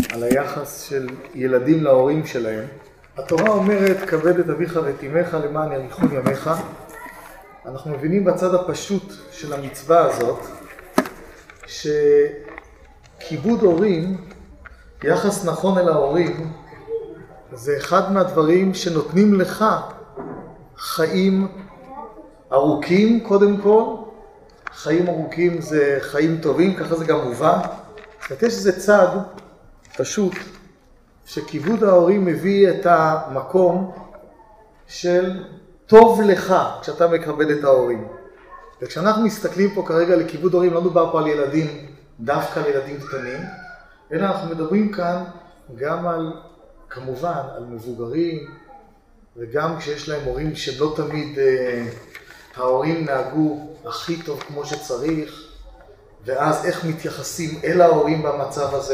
על היחס של ילדים להורים שלהם. התורה אומרת, כבד את אביך ואת אמך למען יאריכון ימיך. אנחנו מבינים בצד הפשוט של המצווה הזאת, שכיבוד הורים, יחס נכון אל ההורים, זה אחד מהדברים שנותנים לך חיים ארוכים קודם כל. חיים ארוכים זה חיים טובים, ככה זה גם מובן. יש איזה צד פשוט, שכיבוד ההורים מביא את המקום של טוב לך כשאתה מכבד את ההורים. וכשאנחנו מסתכלים פה כרגע לכיבוד הורים, לא מדובר פה על ילדים, דווקא על ילדים קטנים, אלא אנחנו מדברים כאן גם על, כמובן, על מבוגרים, וגם כשיש להם הורים שלא תמיד ההורים נהגו הכי טוב כמו שצריך, ואז איך מתייחסים אל ההורים במצב הזה.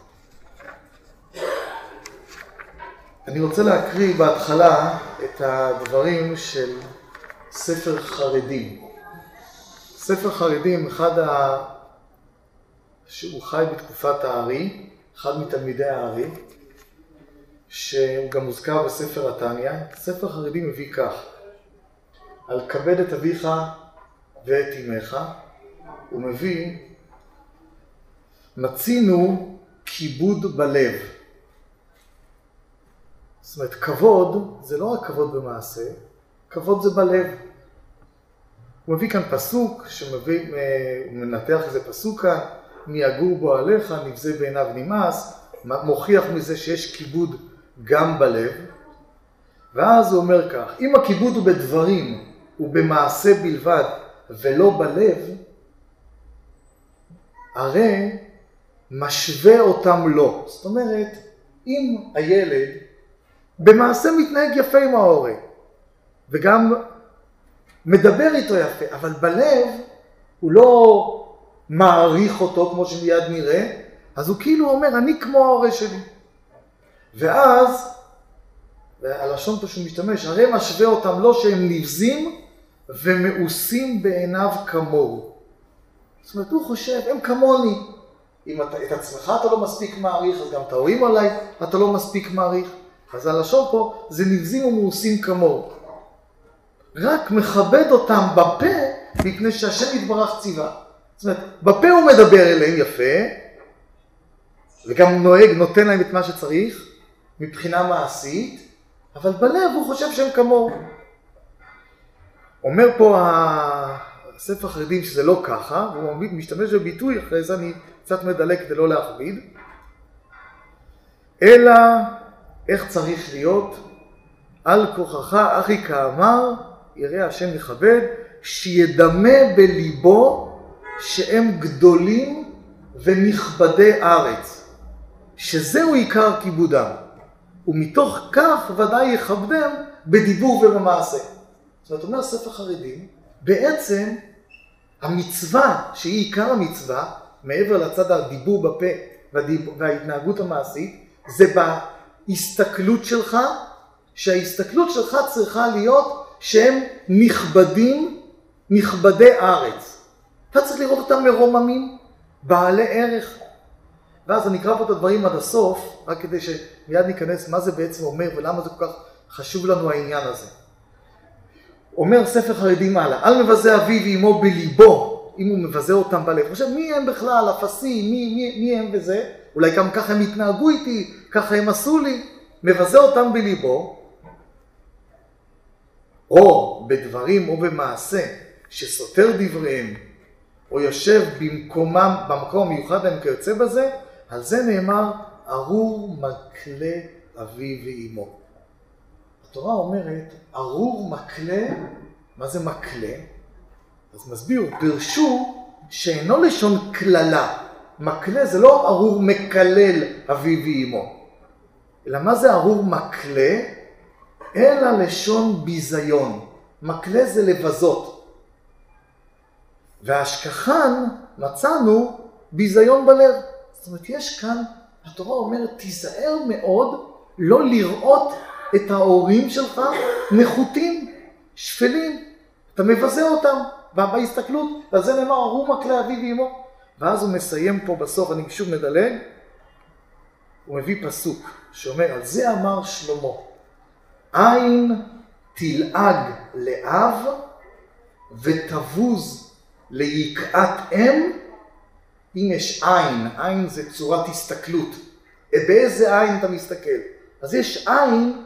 אני רוצה להקריא בהתחלה את הדברים של ספר חרדים. ספר חרדים, שהוא חי בתקופת הארי, אחד מתלמידי הארי, שהוא גם מוזכר בספר התניא. ספר חרדים מביא כך: על כבד את אביך ואת אמך, הוא מביא, מצינו כיבוד בלב. זאת אומרת, כבוד זה לא רק כבוד במעשה, כבוד זה בלב. הוא מביא כאן פסוק, הוא מנתח איזה פסוק כאן, מי יגור בו עליך, נבזה בעיניו נמאס, מוכיח מזה שיש כיבוד גם בלב. ואז הוא אומר כך: אם הכיבוד הוא בדברים ובמעשה בלבד ולא בלב, הרי משווה אותם לא. זאת אומרת, אם הילד במעשה מתנהג יפה עם ההורה, וגם מדבר איתו יפה, אבל בלב הוא לא מעריך אותו כמו שמיד נראה, אז הוא כאילו אומר, אני כמו ההורה שלי. ואז, הלשון פה שהוא משתמש, הרי משווה אותם לא שהם נבזים ומאוסים בעיניו כמוהו. זאת אומרת, הוא חושב, הם כמוני. אם את עצמך אתה לא מספיק מעריך, אז גם את ההורים עליי אתה לא מספיק מעריך. אז הלשון פה זה נבזים ומאוסים כמוהו. רק מכבד אותם בפה, מפני שהשם יתברך ציווה. זאת אומרת, בפה הוא מדבר אליהם יפה, וגם נוהג, נותן להם את מה שצריך, מבחינה מעשית, אבל בלב הוא חושב שהם כמוהו. אומר פה הספר חרדים שזה לא ככה, והוא משתמש בביטוי, אחרי זה אני קצת מדלק כדי לא להכביד, אלא איך צריך להיות, על כוחך אחי כאמר, יראה השם לכבד, שידמה בליבו שהם גדולים ונכבדי ארץ, שזהו עיקר כיבודם, ומתוך כך ודאי יכבדם בדיבור ובמעשה. זאת אומרת, אומר ספר חרדים, בעצם המצווה שהיא עיקר המצווה, מעבר לצד הדיבור בפה וההתנהגות המעשית, זה בהסתכלות שלך, שההסתכלות שלך צריכה להיות שהם נכבדים, נכבדי ארץ. אתה צריך לראות אותם מרוממים, בעלי ערך. ואז אני אקרא פה את הדברים עד הסוף, רק כדי שמיד ניכנס מה זה בעצם אומר ולמה זה כל כך חשוב לנו העניין הזה. אומר ספר חרדים הלאה, אל מבזה אביו ואמו בליבו, אם הוא מבזה אותם בלב. חושב, מי הם בכלל, אפסים, מי הם וזה? אולי גם ככה הם התנהגו איתי, ככה הם עשו לי. מבזה אותם בליבו, או בדברים או במעשה שסותר דבריהם, או יושב במקום מיוחד להם כיוצא בזה, על זה נאמר, ארור מקלה אביו ואמו. התורה אומרת, ארור מקלה, מה זה מקלה? אז מסביר, פרשו שאינו לשון כללה. מקלה זה לא ארור מקלל אביו ואמו. אלא מה זה ארור מקלה? אלא לשון ביזיון. מקלה זה לבזות. והשכחן מצאנו ביזיון בלב. זאת אומרת, יש כאן, התורה אומרת, תיזהר מאוד לא לראות את ההורים שלך נחותים, שפלים. אתה מבזה אותם בהסתכלות, ועל זה נאמר, ארור מקלה אביו ואמו. ואז הוא מסיים פה בסוף, אני שוב מדלג, הוא מביא פסוק שאומר, על זה אמר שלמה, עין תלעג לאב ותבוז ליקעת אם. אם יש עין, עין זה צורת הסתכלות. באיזה עין אתה מסתכל? אז יש עין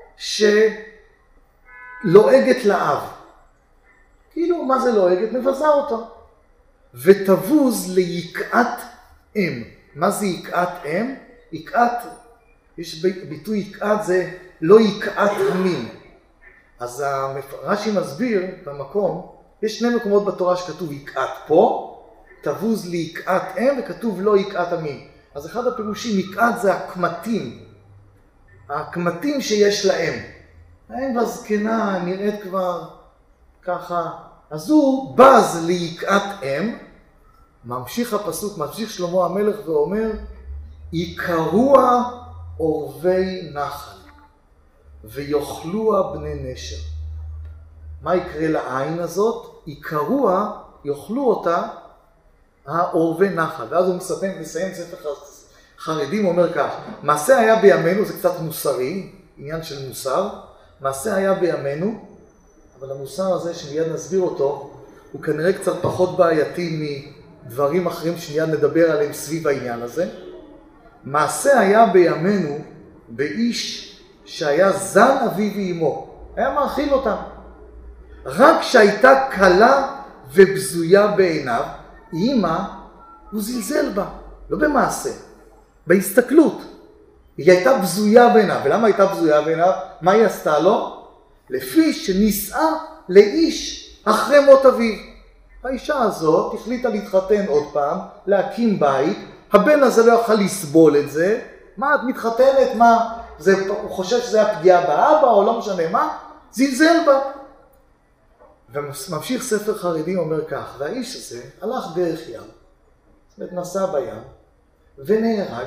שלועגת לאב. כאילו, מה זה לועגת? מבזה אותו. ותבוז ליקעת אם. מה זה יקעת אם? יקעת, יש ביטוי יקעת זה לא יקעת המין. אז רש"י מסביר במקום, יש שני מקומות בתורה שכתוב יקעת פה, תבוז ליקעת אם, וכתוב לא יקעת המין. אז אחד הפירושים, יקעת זה הקמטים, הקמטים שיש להם. האם בזקנה נראית כבר ככה, אז הוא בז ליקעת אם, ממשיך הפסוק, ממשיך שלמה המלך ואומר, יקרוה עורבי נחל ויאכלוה בני נשר. מה יקרה לעין הזאת? יקרוה, יאכלו אותה העורבי נחל. ואז הוא מסיים ספר חרדים, אומר כך, מעשה היה בימינו, זה קצת מוסרי, עניין של מוסר, מעשה היה בימינו, אבל המוסר הזה שמיד נסביר אותו, הוא כנראה קצת פחות בעייתי מדברים אחרים שמיד נדבר עליהם סביב העניין הזה. מעשה היה בימינו באיש שהיה זן אביו ואמו, היה מאכיל אותם. רק שהייתה קלה ובזויה בעיניו, אמא, הוא זלזל בה, לא במעשה, בהסתכלות. היא הייתה בזויה בעיניו, ולמה הייתה בזויה בעיניו? מה היא עשתה לו? לפי שנישאה לאיש אחרי מות אביו. האישה הזאת החליטה להתחתן עוד פעם, להקים בית, הבן הזה לא יוכל לסבול את זה, מה את מתחתנת, מה, הוא חושב שזה הפגיעה באבא או לא משנה מה, זלזל בה. וממשיך ספר חרדים אומר כך, והאיש הזה הלך דרך ים, זאת אומרת נסע בים, ונהרג,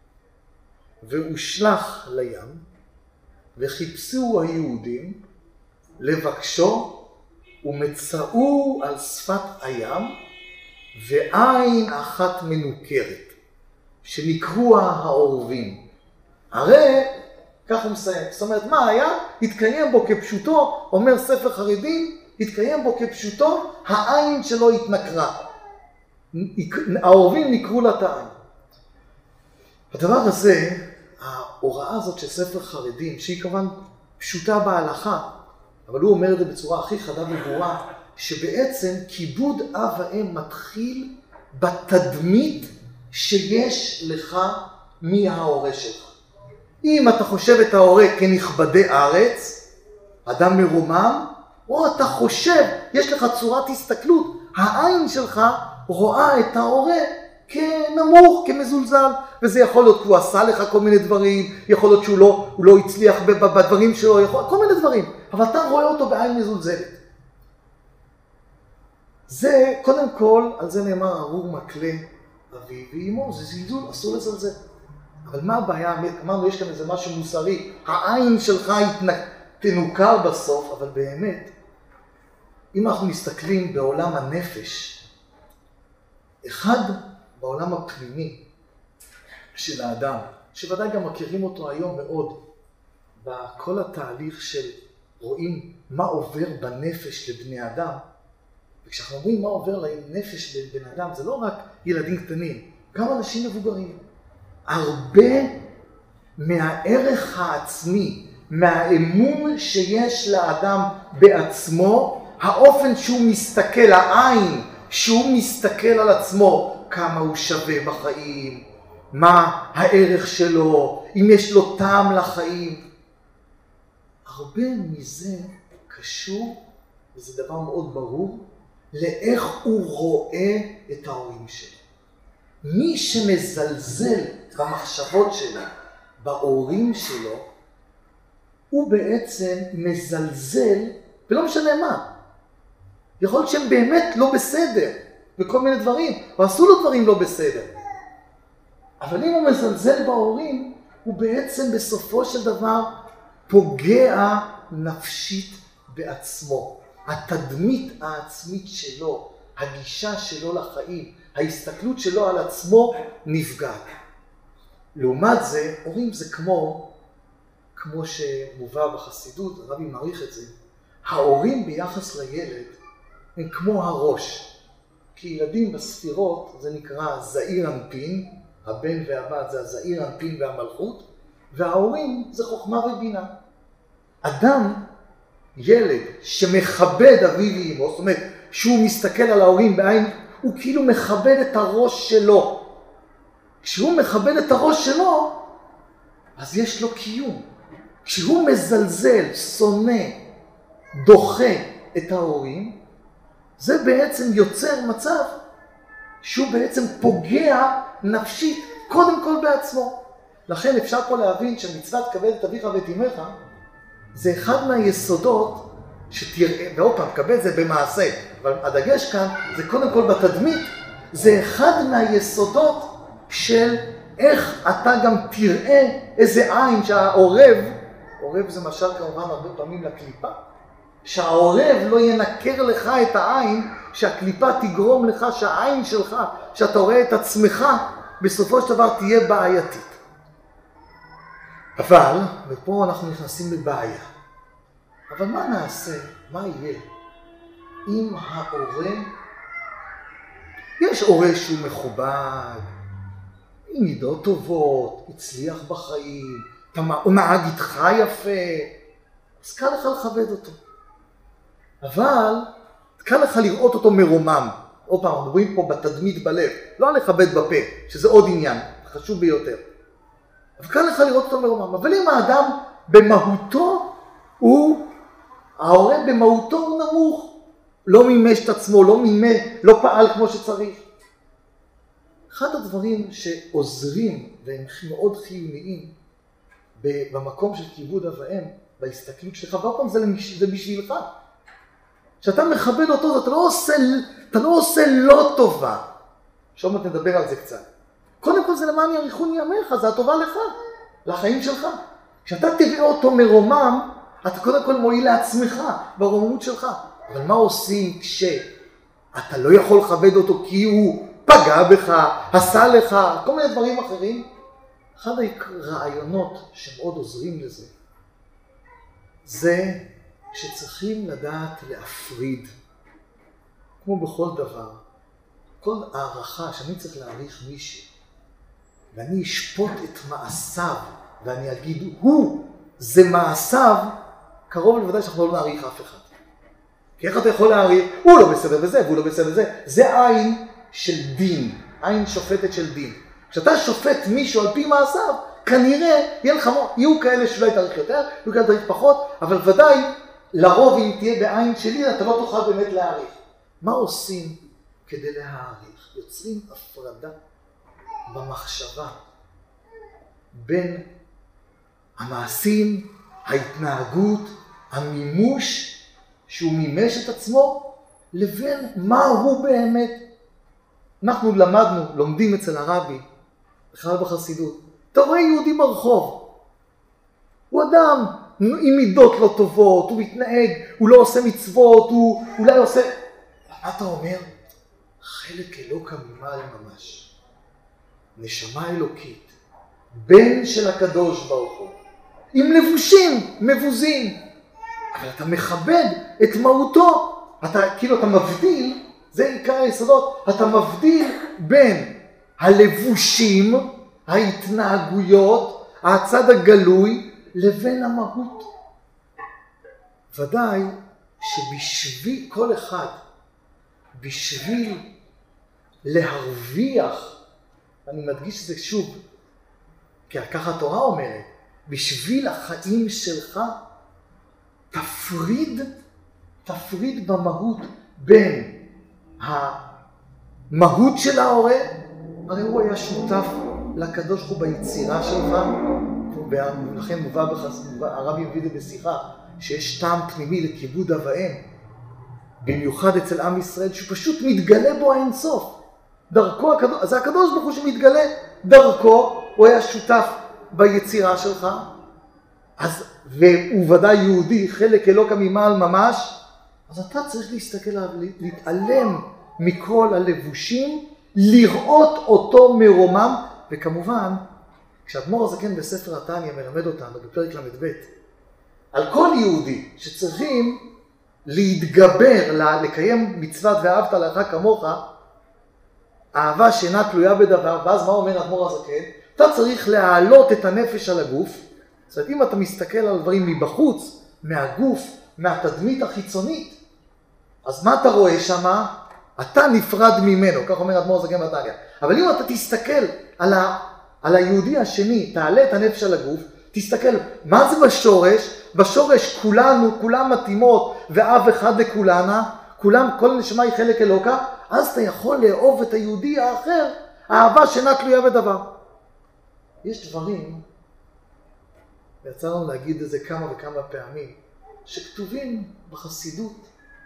והושלך לים, וחיפשו היהודים לבקשו, ומצאו על שפת הים, ועין אחת מנוכרת, שנקראו העורבים. הרי, כך הוא מסיים, זאת אומרת, מה היה? התקיים בו כפשוטו, אומר ספר חרדים, התקיים בו כפשוטו, העין שלו התנקרה. העורבים נקראו לה את העין. הדבר הזה, ההוראה הזאת של ספר חרדים, שהיא כמובן פשוטה בהלכה, אבל הוא אומר את זה בצורה הכי חדה וברורה, שבעצם כיבוד אב ואם מתחיל בתדמית שיש לך מההורה שלך. אם אתה חושב את ההורה כנכבדי ארץ, אדם מרומם, או אתה חושב, יש לך צורת הסתכלות, העין שלך רואה את ההורה כנמוך, כמזולזל, וזה יכול להיות כי הוא עשה לך כל מיני דברים, יכול להיות שהוא לא הצליח בדברים שלו, כל מיני דברים, אבל אתה רואה אותו בעין מזולזלת. זה, קודם כל, על זה נאמר, ארור מקלה אביו ואמו, זה זלזול, אסור לזלזל. אבל מה הבעיה? אמרנו, יש כאן איזה משהו מוסרי, העין שלך תנוכר בסוף, אבל באמת, אם אנחנו מסתכלים בעולם הנפש, אחד בעולם הפנימי של האדם, שוודאי גם מכירים אותו היום מאוד, בכל התהליך של רואים מה עובר בנפש לבני אדם, וכשאנחנו אומרים מה עובר לנפש לבן אדם, זה לא רק ילדים קטנים, גם אנשים מבוגרים. הרבה מהערך העצמי, מהאמון שיש לאדם בעצמו, האופן שהוא מסתכל, העין שהוא מסתכל על עצמו, כמה הוא שווה בחיים, מה הערך שלו, אם יש לו טעם לחיים. הרבה מזה קשור, וזה דבר מאוד ברור, לאיך הוא רואה את ההורים שלו. מי שמזלזל במחשבות שלו, בהורים שלו, הוא בעצם מזלזל, ולא משנה מה. יכול להיות שהם באמת לא בסדר, וכל מיני דברים, ועשו לו דברים לא בסדר. אבל אם הוא מזלזל בהורים, הוא בעצם בסופו של דבר פוגע נפשית בעצמו. התדמית העצמית שלו, הגישה שלו לחיים, ההסתכלות שלו על עצמו נפגעת. לעומת זה, הורים זה כמו שמובא בחסידות, הרבי מעריך את זה, ההורים ביחס לילד הם כמו הראש. כי ילדים בספירות זה נקרא זעיר אנפין, הבן והבת זה הזעיר אנפין והמלכות, וההורים זה חוכמה ובינה. אדם, ילד שמכבד אביו ואמו, זאת אומרת שהוא מסתכל על ההורים בעין, הוא כאילו מכבד את הראש שלו. כשהוא מכבד את הראש שלו, אז יש לו קיום. כשהוא מזלזל, שונא, דוחה את ההורים, זה בעצם יוצר מצב שהוא בעצם פוגע נפשית קודם כל בעצמו. לכן אפשר פה להבין שמצוות כבד את אביך ואת אמך זה אחד מהיסודות שתראה, ועוד פעם, כבד זה במעשה, אבל הדגש כאן זה קודם כל בתדמית, זה אחד מהיסודות של איך אתה גם תראה איזה עין שהעורב, עורב זה משל כמובן הרבה פעמים לקליפה, שהעורב לא ינקר לך את העין, שהקליפה תגרום לך שהעין שלך, שאתה רואה את עצמך, בסופו של דבר תהיה בעייתית. אבל, ופה אנחנו נכנסים לבעיה, אבל מה נעשה, מה יהיה, אם ההורה, יש הורה שהוא מכובד, עם מידות טובות, הצליח בחיים, הוא נהג איתך יפה, אז קל לך לכבד אותו. אבל קל לך לראות אותו מרומם. עוד פעם, אנחנו רואים פה בתדמית בלב, לא לכבד בפה, שזה עוד עניין, חשוב ביותר. אבל קל לך לראות אותו מרומם. אבל אם האדם במהותו, ההורה במהותו הוא נמוך, לא מימש את עצמו, לא פעל כמו שצריך. אחד הדברים שעוזרים והם מאוד חיוניים במקום של כיבוד אב ואם, בהסתכלות שלך, ועוד פעם זה בשבילך. כשאתה מכבד אותו, אתה לא עושה לא טובה. עכשיו נדבר על זה קצת. קודם כל זה למען יאריכון ימיך, זה הטובה לך, לחיים שלך. כשאתה תראה אותו מרומם, אתה קודם כל מועיל לעצמך, ברוממות שלך. אבל מה עושים כשאתה לא יכול לכבד אותו כי הוא פגע בך, עשה לך, כל מיני דברים אחרים? אחד הרעיונות שמאוד עוזרים לזה, זה שצריכים לדעת להפריד, כמו בכל דבר. כל הערכה שאני צריך להעריך מישהו, ואני אשפוט את מעשיו, ואני אגיד, זה מעשיו, קרוב לוודאי שאנחנו לא נעריך אף אחד. כי איך אתה יכול להעריך? הוא לא בסדר בזה, והוא לא בסדר בזה. זה עין של דין, עין שופטת של דין. כשאתה שופט מישהו על פי מעשיו, כנראה יהיו כאלה שאולי תעריך יותר, יהיו כאלה תעריך פחות, אבל ודאי, לרוב אם תהיה בעין שלי, אתה לא תוכל באמת להעריך. מה עושים כדי להעריך? יוצרים הפרדה במחשבה בין המעשים, ההתנהגות, המימוש שהוא מימש את עצמו, לבין מה הוא באמת. אנחנו לומדים אצל הרבי, בכלל בחסידות, אתה רואה יהודי ברחוב, הוא אדם עם מידות לא טובות, הוא מתנהג, הוא לא עושה מצוות, הוא אולי עושה... מה אתה אומר? חלק אלוקא ממעל ממש. נשמה אלוקית, בן של הקדוש ברוך הוא, עם לבושים מבוזים, אבל אתה מכבד את מהותו, אתה מבדיל, זה עיקר היסודות, אתה מבדיל בין הלבושים, ההתנהגויות, הצד הגלוי, לבין המהות. ודאי שבשביל כל אחד, בשביל להרוויח, אני מדגיש את זה שוב, כי ככה התורה אומרת, בשביל החיים שלך, תפריד במהות בין המהות של ההורה, הרי הוא היה שותף לקדוש ברוך הוא ביצירה שלך, ולכן הרבי מביא את זה בשיחה, שיש טעם פנימי לכיבוד אב ואם, במיוחד אצל עם ישראל, שפשוט מתגלה בו האינסוף. דרכו הקדוש, אז הקדוש ברוך הוא שמתגלה דרכו, הוא היה שותף ביצירה שלך, והוא ודאי יהודי, חלק אלוקא ממעל ממש, אז אתה צריך להסתכל עליו, להתעלם מכל הלבושים, לראות אותו מרומם, וכמובן כשאדמו"ר הזקן בספר התניא מלמד אותנו בפרק ל"ב, על כל יהודי שצריכים להתגבר, לקיים מצוות ואהבת לרעך כמוך, אהבה שאינה תלויה בדבר, ואז מה אומר אדמו"ר הזקן? אתה צריך להעלות את הנפש על הגוף. זאת אומרת, אם אתה מסתכל על דברים מבחוץ, מהגוף, מהתדמית החיצונית, אז מה אתה רואה שם? אתה נפרד ממנו, כך אומר אדמו"ר הזקן בתניא. אבל אם אתה תסתכל על היהודי השני, תעלה את הנפש על הגוף, תסתכל, מה זה בשורש? בשורש כולם מתאימות, ואב אחד לכולנה, כל נשמה היא חלק אלוקה, אז אתה יכול לאהוב את היהודי האחר, האהבה שאינה תלויה בדבר. יש דברים, ויצא לנו להגיד את זה כמה וכמה פעמים, שכתובים בחסידות,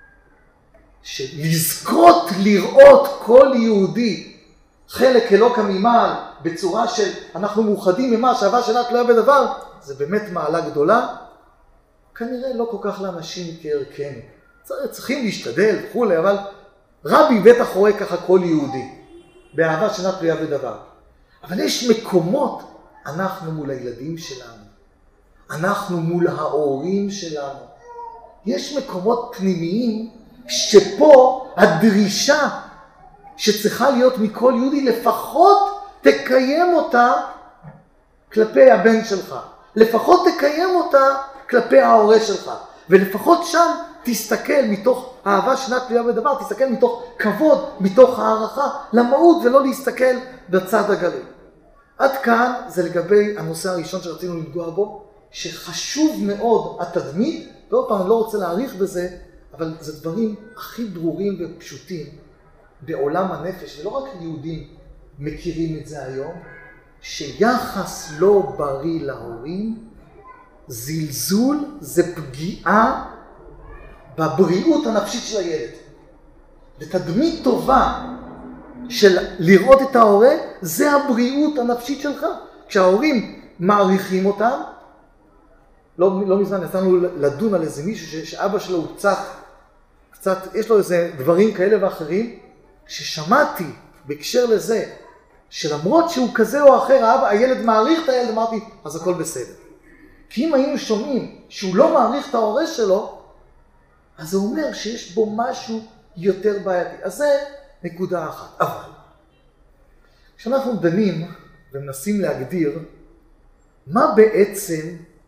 שלזכות לראות כל יהודי חלק אלוקה ממעל, בצורה של אנחנו מאוחדים ממש, אהבה שאינה תלויה בדבר, זה באמת מעלה גדולה. כנראה לא כל כך לאנשים כערכנו. צריכים להשתדל וכולי, אבל רבי בטח רואה ככה כל יהודי, באהבה שאינה תלויה בדבר. אבל יש מקומות, אנחנו מול הילדים שלנו, אנחנו מול ההורים שלנו. יש מקומות פנימיים שפה הדרישה שצריכה להיות מכל יהודי, לפחות תקיים אותה כלפי הבן שלך. לפחות תקיים אותה כלפי ההורה שלך. ולפחות שם תסתכל מתוך אהבה שאינה תלויה בדבר, תסתכל מתוך כבוד, מתוך הערכה למהות, ולא להסתכל בצד הגלוי. עד כאן זה לגבי הנושא הראשון שרצינו לנגוע בו, שחשוב מאוד התדמית, ועוד פעם אני לא רוצה להאריך בזה, אבל זה דברים הכי ברורים ופשוטים בעולם הנפש, ולא רק יהודים מכירים את זה היום, שיחס לא בריא להורים, זלזול זה פגיעה בבריאות הנפשית של הילד. ותדמית טובה של לראות את ההורה, זה הבריאות הנפשית שלך. כשההורים מעריכים אותם, לא מזמן יצאנו לדון על איזה מישהו שאבא שלו הוא קצת, יש לו איזה דברים כאלה ואחרים, ששמעתי בהקשר לזה, שלמרות שהוא כזה או אחר, הילד מעריך את הילד, אמרתי, אז הכל בסדר. כי אם היינו שומעים שהוא לא מעריך את ההורה שלו, אז זה אומר שיש בו משהו יותר בעייתי. אז זה נקודה אחת. אבל, כשאנחנו דנים ומנסים להגדיר, מה בעצם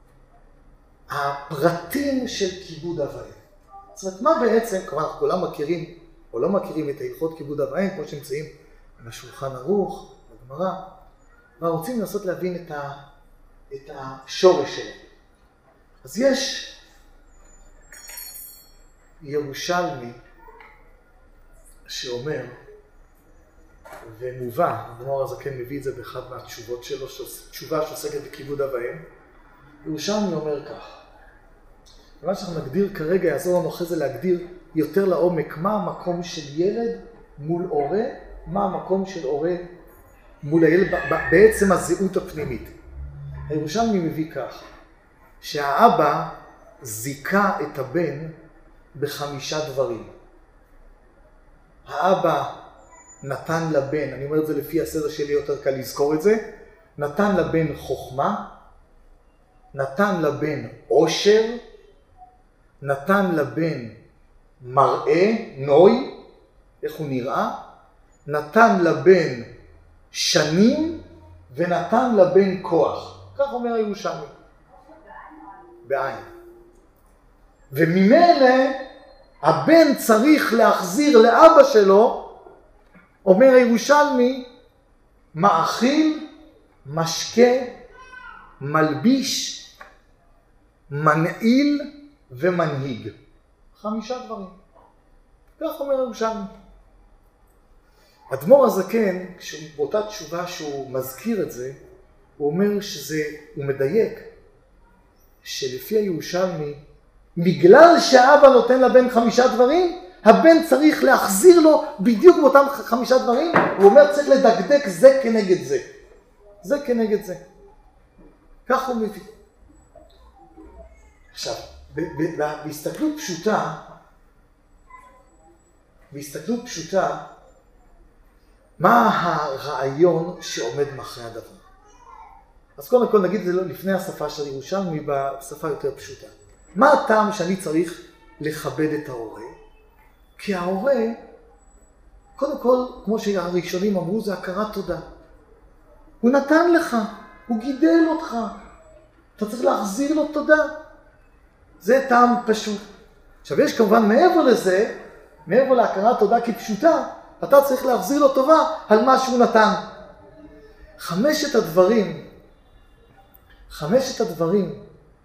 הפרטים של כיבוד אב ואם? זאת אומרת, מה בעצם, כלומר, אנחנו כולם מכירים או לא מכירים את הלכות כיבוד אב ואם, כמו שנמצאים בשולחן ערוך, בגמרא, ורוצים לנסות להבין את השורש שלו. אז יש ירושלמי שאומר, ומובא, אדמו"ר הזקן מביא את זה באחד מהתשובות שלו, תשובה שעוסקת בכיבוד אב ואם, ירושלמי אומר כך, ומה שאנחנו נגדיר כרגע יעזור לנו אחרי זה להגדיר יותר לעומק מה המקום של ילד מול הורה, מה המקום של הורה מול הילד, בעצם הזהות הפנימית. הירושלמי מביא כך, שהאבא זיקה את הבן ב5 דברים. האבא נתן לבן, אני אומר את זה לפי הסדר שלי יותר קל לזכור את זה, נתן לבן חוכמה, נתן לבן עושר, נתן לבן מראה, נוי, איך הוא נראה, נתן לבן שנים ונתן לבן כוח. כך אומר הירושלמי. בעין. וממילא הבן צריך להחזיר לאבא שלו, אומר הירושלמי, מאכיל, משקה, מלביש, מנעיל ומנהיג. 5 דברים. כך אומר הירושלמי. אדמו"ר הזקן, באותה תשובה שהוא מזכיר את זה, הוא אומר הוא מדייק, שלפי הירושלמי, בגלל שהאבא נותן לבן 5 דברים, הבן צריך להחזיר לו בדיוק באותם 5 דברים, הוא אומר צריך לדקדק זה כנגד זה. זה כנגד זה. כך הוא מביא. עכשיו, בהסתכלות פשוטה, מה הרעיון שעומד מאחורי הדבר? אז קודם כל נגיד את זה לפני השפה של ירושלמי, בשפה יותר פשוטה. מה הטעם שאני צריך לכבד את ההורה? כי ההורה, קודם כל, כמו שהראשונים אמרו, זה הכרת תודה. הוא נתן לך, הוא גידל אותך. אתה צריך להחזיר לו תודה. זה טעם פשוט. עכשיו יש כמובן מעבר לזה, מעבר להכרת תודה כפשוטה, אתה צריך להחזיר לו טובה על מה שהוא נתן. חמשת הדברים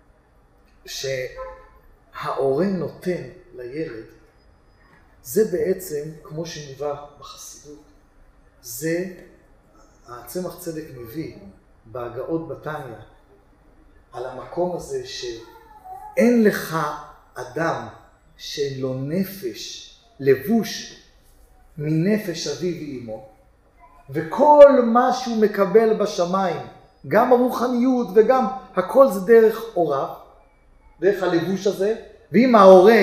שההורה נותן לילד, זה בעצם, כמו שמובא בחסידות, זה הצמח צדק מביא בהגאות בתניא, על המקום הזה שאין לך אדם שאין לו נפש, לבוש מנפש אביו ואמו, וכל מה שהוא מקבל בשמיים, גם הרוחניות וגם הכל זה דרך הוריו, דרך הלבוש הזה, ואם ההורה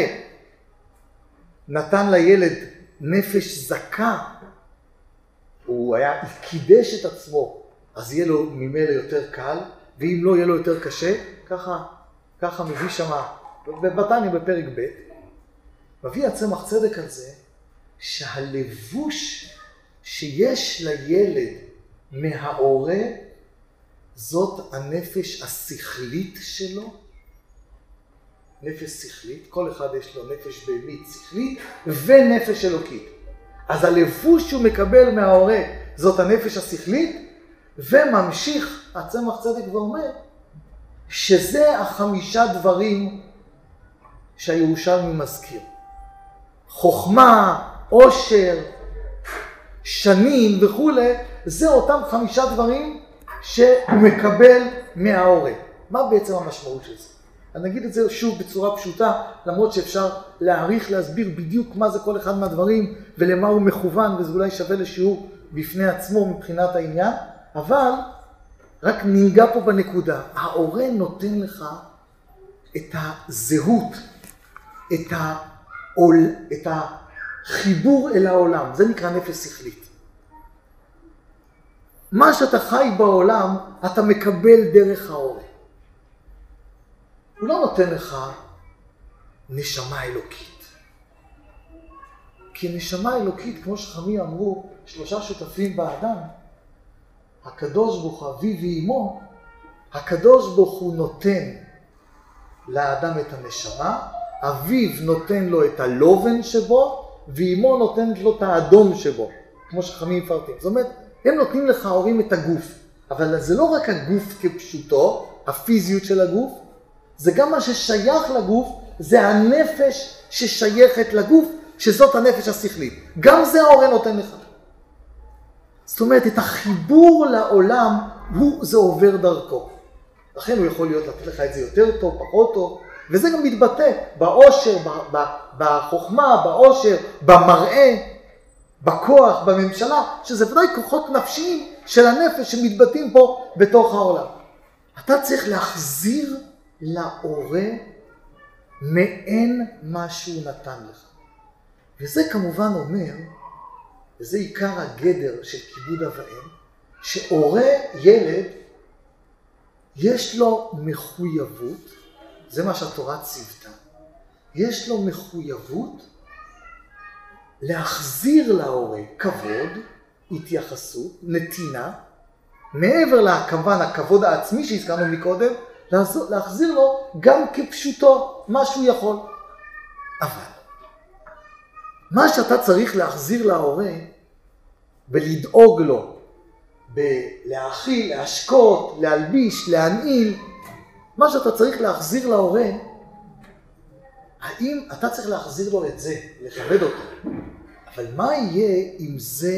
נתן לילד נפש זכה, הוא קידש את עצמו, אז יהיה לו ממילא יותר קל, ואם לא יהיה לו יותר קשה, ככה מביא שמה, בתניא בפרק ב', מביא הצמח צדק על זה, שהלבוש שיש לילד מההורה, זאת הנפש השכלית שלו. נפש שכלית, כל אחד יש לו נפש בהמית שכלית ונפש אלוקית. אז הלבוש שהוא מקבל מההורה זאת הנפש השכלית, וממשיך הצמח צדק ואומר שזה 5 דברים שהירושלמי מזכיר. חוכמה, עושר, שנים וכו', זה אותם 5 דברים שהוא מקבל מההורה. מה בעצם המשמעות של זה? אני אגיד את זה שוב בצורה פשוטה, למרות שאפשר להסביר בדיוק מה זה כל אחד מהדברים ולמה הוא מכוון, וזה אולי שווה לשיעור בפני עצמו מבחינת העניין, אבל רק ניגע פה בנקודה. ההורה נותן לך את הזהות, את החיבור אל העולם, זה נקרא נפש שכלית. מה שאתה חי בעולם, אתה מקבל דרך ההורה. הוא לא נותן לך נשמה אלוקית. כי נשמה אלוקית, כמו שחכמים אמרו, 3 שותפים באדם, הקדוש ברוך הוא אביו ואמו, הקדוש ברוך הוא נותן לאדם את הנשמה, אביו נותן לו את הלובן שבו, ואמו נותנת לו את האדום שבו, כמו שחכמים מפרטים. זאת אומרת, הם נותנים לך ההורים את הגוף, אבל זה לא רק הגוף כפשוטו, הפיזיות של הגוף, זה גם מה ששייך לגוף, זה הנפש ששייכת לגוף, שזאת הנפש השכלית. גם זה ההורה נותן לך. זאת אומרת, את החיבור לעולם, זה עובר דרכו. לכן הוא יכול להיות לתת לך את זה יותר טוב, פחות טוב, וזה גם מתבטא בעושר, בחוכמה, בעושר, במראה, בכוח, בממשלה, שזה ודאי כוחות נפשיים של הנפש שמתבטאים פה בתוך העולם. אתה צריך להחזיר להורה מעין מה שהוא נתן לך. וזה כמובן אומר, וזה עיקר הגדר של כיבוד אב ואם, שהורה ילד יש לו מחויבות, זה מה שהתורה ציוותה, יש לו מחויבות להחזיר להורה כבוד, התייחסות, נתינה, מעבר כמובן הכבוד העצמי שהזכרנו מקודם, להחזיר לו גם כפשוטו מה שהוא יכול. אבל מה שאתה צריך להחזיר להורה, בלדאוג לו, בלהאכיל, להשקות, להלביש, להנעיל, מה שאתה צריך להחזיר להורה, האם אתה צריך להחזיר לו את זה, לכבד אותו, אבל מה יהיה אם זה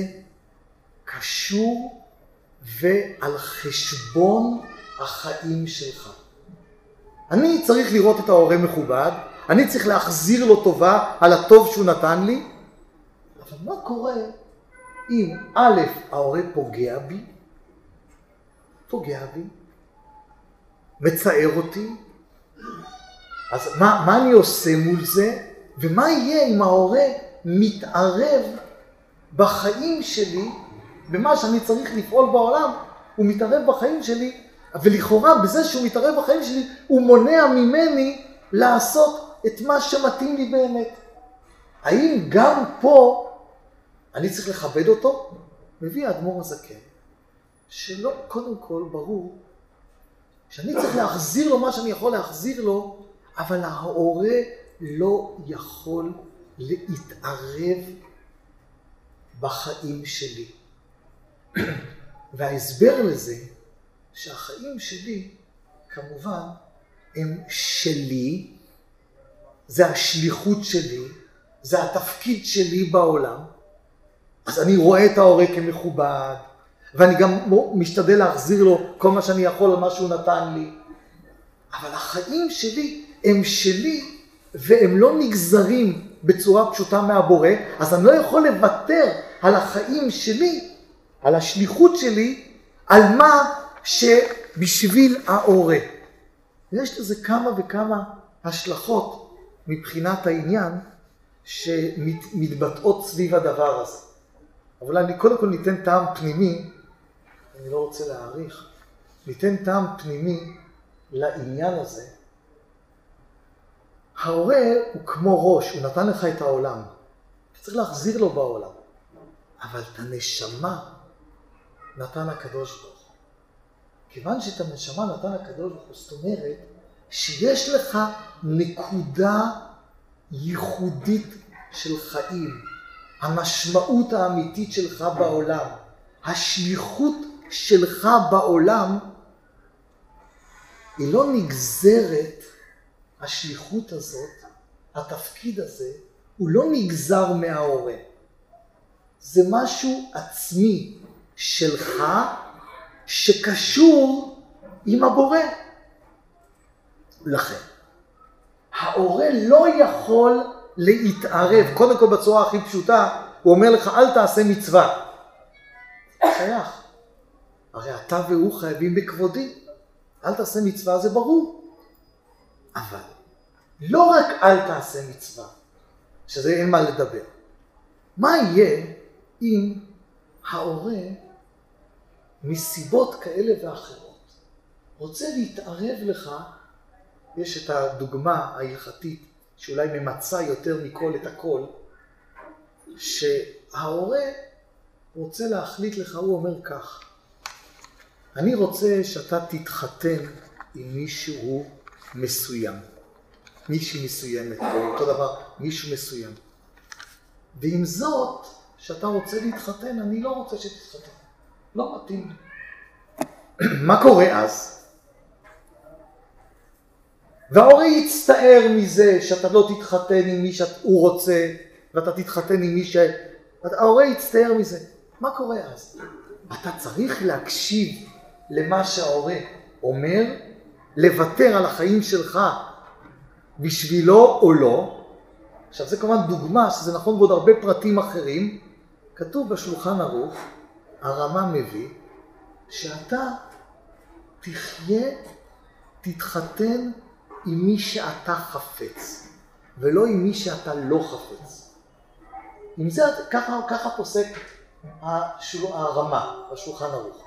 קשור ועל חשבון החיים שלך? אני צריך לראות את ההורה מכובד, אני צריך להחזיר לו טובה על הטוב שהוא נתן לי, אבל מה קורה אם א', ההורה פוגע בי, מצער אותי, אז מה אני עושה מול זה? ומה יהיה אם ההורה מתערב בחיים שלי, במה שאני צריך לפעול בעולם, הוא מתערב בחיים שלי ולכאורה בזה שהוא מתערב בחיים שלי, הוא מונע ממני לעשות את מה שמתאים לי באמת. האם גם פה אני צריך לכבד אותו? מביא האדמו"ר הזקן, שלא, קודם כל ברור, שאני צריך להחזיר לו מה שאני יכול להחזיר לו, אבל ההורה לא יכול להתערב בחיים שלי. וההסבר לזה, שהחיים שלי, כמובן, הם שלי, זה השליחות שלי, זה התפקיד שלי בעולם. אז אני רואה את ההורה כמכובד, ואני גם משתדל להחזיר לו כל מה שאני יכול על מה שהוא נתן לי. אבל החיים שלי הם שלי, והם לא נגזרים בצורה פשוטה מהבורא, אז אני לא יכול לוותר על החיים שלי, על השליחות שלי, על מה שבשביל ההורה. יש לזה כמה וכמה השלכות מבחינת העניין שמתבטאות סביב הדבר הזה. אבל אני קודם כל ניתן טעם פנימי, אני לא רוצה להעריך, ניתן טעם פנימי לעניין הזה. ההורה הוא כמו ראש, הוא נתן לך את העולם. אתה צריך להחזיר לו בעולם. אבל את הנשמה נתן הקדוש ברוך הוא. כיוון שאת הנשמה נתן הקדוש ברוך הוא, זאת אומרת שיש לך נקודה ייחודית של חיים. המשמעות האמיתית שלך בעולם, השליחות שלך בעולם, היא לא נגזרת, השליחות הזאת, התפקיד הזה, הוא לא נגזר מההורה. זה משהו עצמי שלך שקשור עם הבורא. לכן, ההורה לא יכול להתערב, קודם כל בצורה הכי פשוטה, הוא אומר לך אל תעשה מצווה. שייך. הרי אתה והוא חייבים בכבודי. אל תעשה מצווה, זה ברור. אבל לא רק אל תעשה מצווה, שזה אין מה לדבר. מה יהיה אם ההורה מסיבות כאלה ואחרות רוצה להתערב לך? יש את הדוגמה ההלכתית שאולי ממצה יותר מכל את הכל, שההורה רוצה להחליט לך, הוא אומר כך, אני רוצה שאתה תתחתן עם מישהו מסוים, מישהי מסוימת, או אותו דבר, מישהו מסוים. ועם זאת, שאתה רוצה להתחתן, אני לא רוצה שתתחתן. לא מתאים. מה קורה אז? וההורה יצטער מזה שאתה לא תתחתן עם מי שהוא רוצה, ואתה תתחתן עם מי ההורה יצטער מזה. מה קורה אז? אתה צריך להקשיב למה שההורה אומר, לוותר על החיים שלך בשבילו או לא. עכשיו זה כמובן דוגמה שזה נכון בעוד הרבה פרטים אחרים. כתוב בשולחן ערוך, הרמה מביא, שאתה תחיה, תתחתן עם מי שאתה חפץ, ולא עם מי שאתה לא חפץ. עם זה ככה פוסק הרמה בשולחן ערוך.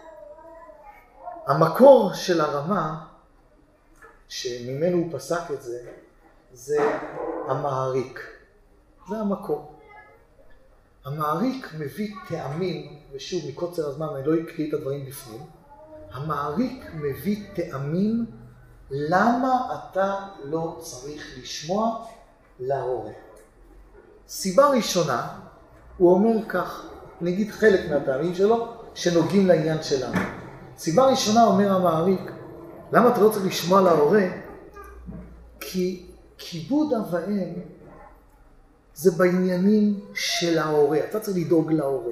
המקור של הרמה, שממנו הוא פסק את זה, זה המעריק. זה המקור. המעריק מביא טעמים, ושוב מקוצר הזמן אני לא אקריא את הדברים בפנים, המעריק מביא טעמים למה אתה לא צריך לשמוע להורה. סיבה ראשונה, הוא אומר כך, נגיד חלק מהטעמים שלו, שנוגעים לעניין שלנו. סיבה ראשונה אומר המעריק, למה אתה לא צריך לשמוע להורה? כי כיבוד אב ואם זה בעניינים של ההורה, אתה צריך לדאוג להורה.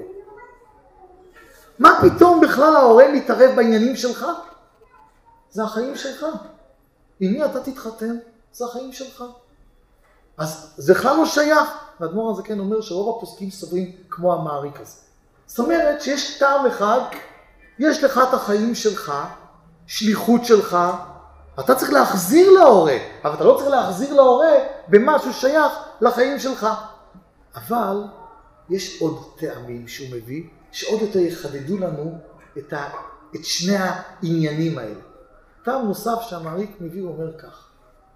מה פתאום בכלל ההורה מתערב בעניינים שלך? זה החיים שלך. עם מי אתה תתחתן? זה החיים שלך. אז זה בכלל לא שייך. והאדמו"ר הזקן אומר שרוב הפוסקים סוברים כמו המעריק הזה. זאת אומרת שיש טעם אחד, יש לך את החיים שלך, שליחות שלך, אתה צריך להחזיר להורה, אבל אתה לא צריך להחזיר להורה במשהו שייך לחיים שלך. אבל יש עוד טעמים שהוא מביא, שעוד יותר יחדדו לנו את שני העניינים האלה. טעם נוסף שהמעריק מביא אומר כך.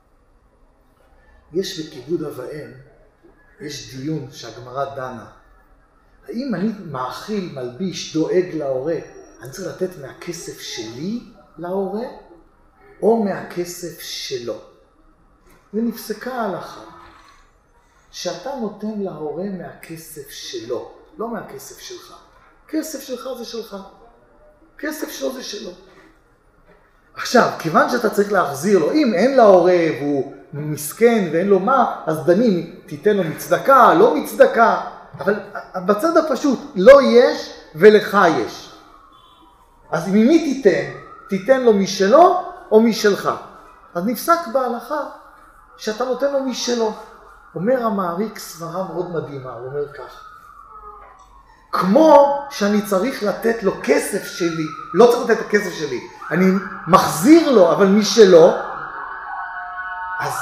יש בכיבוד אב ואם, יש דיון שהגמרא דנה. האם אני מאכיל, מלביש, דואג להורה, אני צריך לתת מהכסף שלי להורה, או מהכסף שלו? ונפסקה ההלכה, שאתה נותן להורה מהכסף שלו, לא מהכסף שלך. כסף שלך זה שלך, כסף שלו זה שלו. עכשיו, כיוון שאתה צריך להחזיר לו, אם אין להורה והוא מסכן ואין לו מה, אז דנים, תיתן לו מצדקה, לא מצדקה, אבל בצד הפשוט, לא יש ולך יש. אז ממי תיתן? תיתן לו משלו או משלך? אז נפסק בהלכה שאתה נותן לו משלו. אומר המעריק סברה מאוד מדהימה, הוא אומר כך. כמו שאני צריך לתת לו כסף שלי, לא צריך לתת לו כסף שלי, אני מחזיר לו, אבל משלו, אז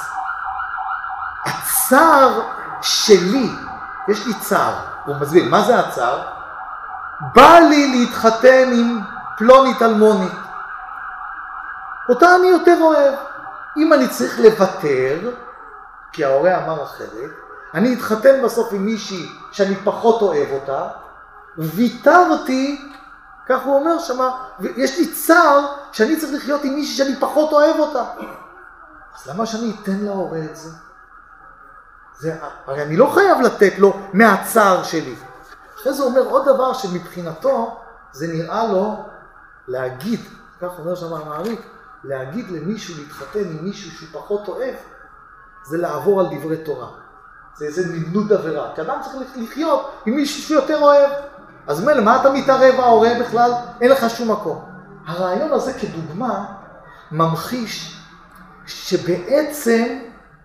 הצער שלי, יש לי צער, הוא מסביר, מה זה הצער? בא לי להתחתן עם פלונית אלמונית. אותה אני יותר אוהב. אם אני צריך לוותר, כי ההורה אמר אחרת, אני אתחתן בסוף עם מישהי שאני פחות אוהב אותה, ויתרתי, כך הוא אומר שמה, יש לי צער שאני צריך לחיות עם מישהי שאני פחות אוהב אותה. אז למה שאני אתן להורה את זה? הרי אני לא חייב לתת לו מהצער שלי. אחרי זה אומר עוד דבר שמבחינתו זה נראה לו להגיד, כך אומר שם המעריק, להגיד למישהו להתחתן עם מישהו שהוא פחות אוהב, זה לעבור על דברי תורה. זה איזה נדנוד עבירה. כי אדם צריך לחיות עם מישהו שהוא יותר אוהב. אז מילא, מה אתה מתערב ההורה בכלל? אין לך שום מקום. הרעיון הזה כדוגמה ממחיש שבעצם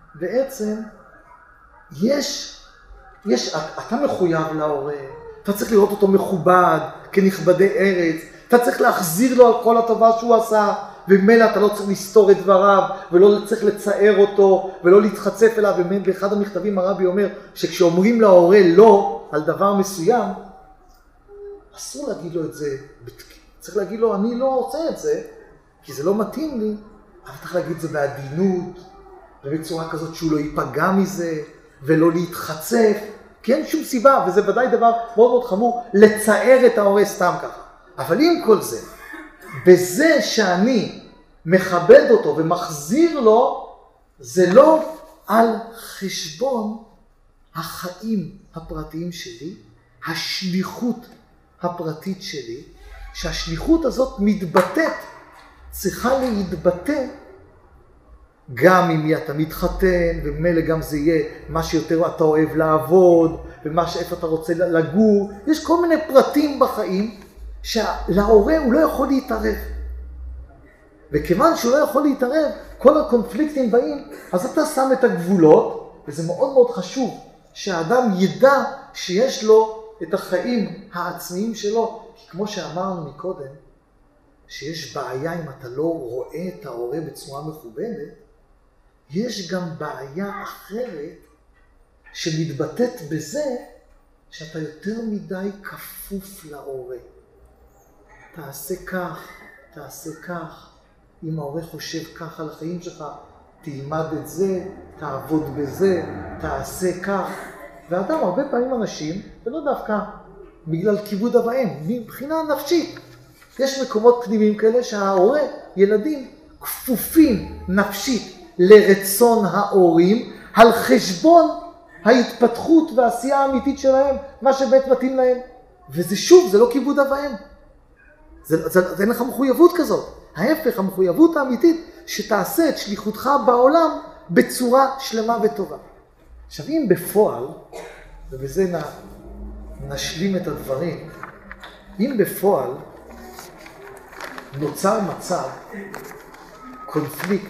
אתה מחויב להורה, אתה צריך לראות אותו מכובד, כנכבדי ארץ, אתה צריך להחזיר לו על כל הטובה שהוא עשה, ומילא אתה לא צריך לסתור את דבריו, ולא צריך לצער אותו, ולא להתחצף אליו. באחד המכתבים הרבי אומר, שכשאומרים להורה לא על דבר מסוים, אסור להגיד לו את זה, צריך להגיד לו, אני לא רוצה את זה, כי זה לא מתאים לי, אבל צריך להגיד את זה בעדינות, ובצורה כזאת שהוא לא ייפגע מזה, ולא להתחצף, כי אין שום סיבה, וזה ודאי דבר מאוד מאוד חמור, לצער את ההורה סתם ככה. אבל עם כל זה, בזה שאני מכבד אותו ומחזיר לו, זה לא על חשבון החיים הפרטיים שלי, השליחות הפרטית שלי, שהשליחות הזאת מתבטאת, צריכה להתבטא גם אם אתה מתחתן, ומילא גם זה יהיה מה שיותר אתה אוהב לעבוד, איפה אתה רוצה לגור. יש כל מיני פרטים בחיים שלהורה הוא לא יכול להתערב. וכיוון שהוא לא יכול להתערב, כל הקונפליקטים באים, אז אתה שם את הגבולות, וזה מאוד מאוד חשוב שהאדם ידע שיש לו את החיים העצמיים שלו. כי כמו שאמרנו מקודם, שיש בעיה אם אתה לא רואה את ההורה בצורה מכובדת, יש גם בעיה אחרת שמתבטאת בזה שאתה יותר מדי כפוף להורה. תעשה כך, תעשה כך. אם ההורה חושב כך על החיים שלך, תלמד את זה, תעבוד בזה, תעשה כך. ואדם, הרבה פעמים אנשים, ולא דווקא בגלל כיבוד אב ואם, מבחינה נפשית. יש מקומות פנימיים כאלה שההורה, ילדים, כפופים נפשית לרצון ההורים, על חשבון ההתפתחות והעשייה האמיתית שלהם, מה שבאמת מתאים להם. וזה שוב, זה לא כיבוד אב ואם. אין לך מחויבות כזאת. ההפך, המחויבות האמיתית, שתעשה את שליחותך בעולם בצורה שלמה וטובה. עכשיו, אם בפועל, ובזה נשלים את הדברים, אם בפועל נוצר מצב, קונפליקט,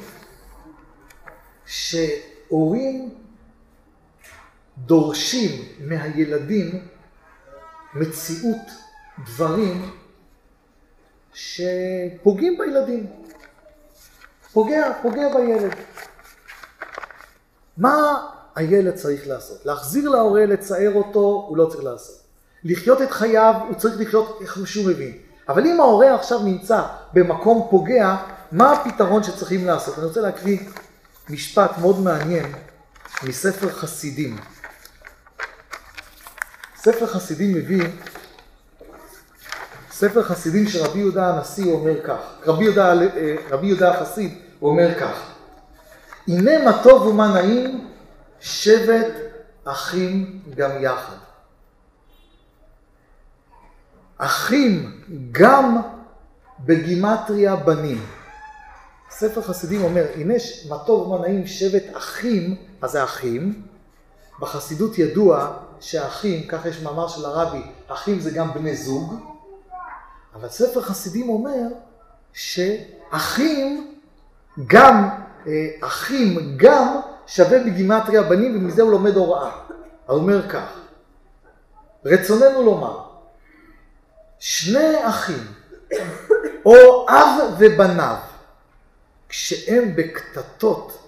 שהורים דורשים מהילדים מציאות דברים שפוגעים בילדים, פוגע בילד. מה הילד צריך לעשות? להחזיר להורה, לצער אותו, הוא לא צריך לעשות. לחיות את חייו, הוא צריך לחיות איך שהוא מבין. אבל אם ההורה עכשיו נמצא במקום פוגע, מה הפתרון שצריכים לעשות? אני רוצה להקריא משפט מאוד מעניין מספר חסידים. ספר חסידים מביא, ספר חסידים שרבי יהודה הנשיא אומר כך, רבי יהודה החסיד אומר כך: הנה מה טוב ומה נעים, שבת אחים גם יחד. אחים גם בגימטריה בנים. ספר חסידים אומר, הנה מה טוב ומה נעים, שבת אחים, אז זה אחים. בחסידות ידוע שהאחים, כך יש מאמר של הרבי, אחים זה גם בני זוג. אבל ספר חסידים אומר שאחים גם שווה בגימטריה בנים, ומזה הוא לומד הוראה. הוא אומר כך: רצוננו לומר, שני אחים, או אב ובניו, כשהם בקטטות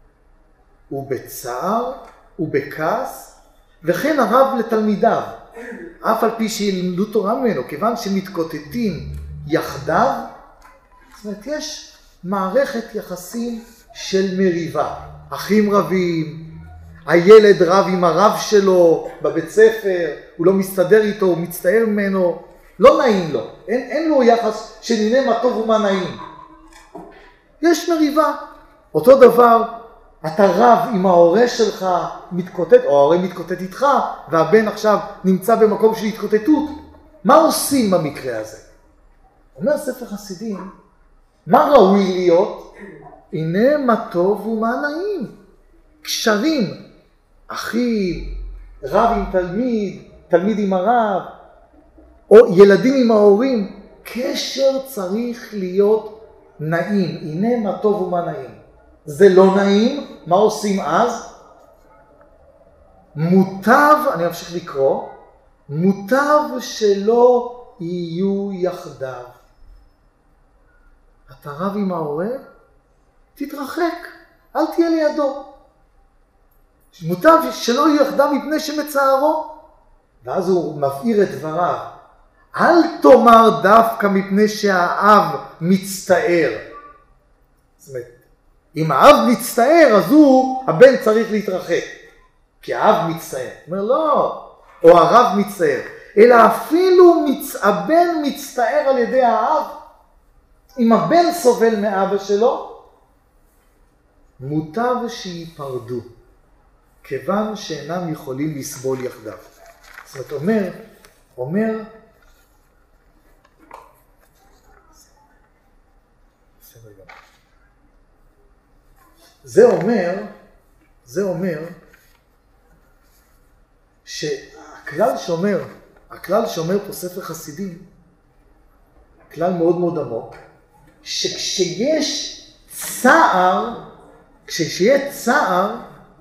ובצער ובכעס, וכן הרב לתלמידיו, אף על פי שילמדו תורה ממנו, כיוון שמתקוטטים יחדיו, זאת אומרת, יש מערכת יחסים של מריבה. אחים רבים, הילד רב עם הרב שלו בבית ספר, הוא לא מסתדר איתו, הוא מצטער ממנו, לא נעים לו, אין לו יחס של הנה מה טוב ומה נעים. יש מריבה. אותו דבר, אתה רב עם ההורה שלך מתקוטט, או ההורה מתקוטט איתך, והבן עכשיו נמצא במקום של התקוטטות. מה עושים במקרה הזה? אומר ספר חסידים, מה ראוי להיות? הנה מה טוב ומה נעים. קשרים, אחים, רב עם תלמיד, תלמיד עם הרב, או ילדים עם ההורים, קשר צריך להיות נעים. הנה מה טוב ומה נעים. זה לא נעים, מה עושים אז? מוטב, אני ממשיך לקרוא, מוטב שלא יהיו יחדיו. אתה רב עם ההורה? תתרחק, אל תהיה לידו. מוטב שלא יהיו יחדיו מפני שמצערו. ואז הוא מבהיר את דבריו. אל תאמר דווקא מפני שהאב מצטער. זאת אומרת, אם האב מצטער, אז הבן צריך להתרחק. כי האב מצטער. הוא אומר, לא, או הרב מצטער. אלא אפילו הבן מצטער על ידי האב. אם הבן סובל מאבא שלו, מוטב שיפרדו, כיוון שאינם יכולים לסבול יחדיו. זאת אומרת, אומר, זה אומר שהכלל שאומר פה ספר חסידים, כלל מאוד מאוד עמוק, שכשיש צער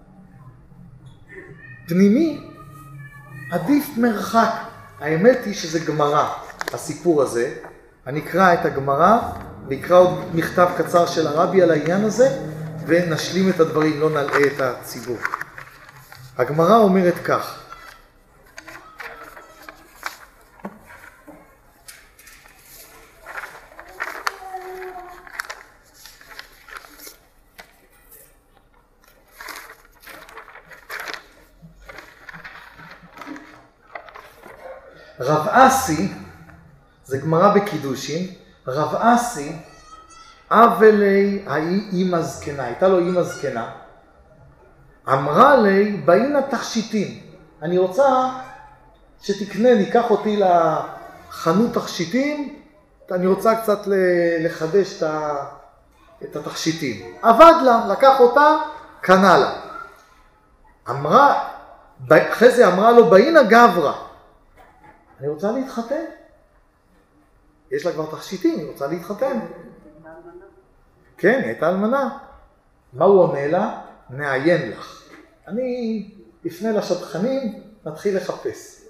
פנימי, עדיף מרחק. האמת היא שזה גמרא, הסיפור הזה. אני אקרא את הגמרא, ויקרא עוד מכתב קצר של הרבי על העניין הזה, ונשלים את הדברים, לא נלאה את הציבור. הגמרא אומרת כך: רב אסי, זה גמרא בקידושין, רב אסי, אב אלי אמא זקנה, הייתה לו אמא זקנה, אמרה לי, באינה תכשיטים, אני רוצה שתקנה, ניקח אותי לחנות תכשיטים, אני רוצה קצת לחדש את התכשיטים. עבד לה, לקח אותה, קנה לה. אחרי זה אמרה לו, באינה גברא, אני רוצה להתחתן. יש לה כבר תכשיטים, היא רוצה להתחתן. כן, היא הייתה אלמנה. מה הוא עונה לה? נעיין לך. אני אפנה לשטחנים, נתחיל לחפש.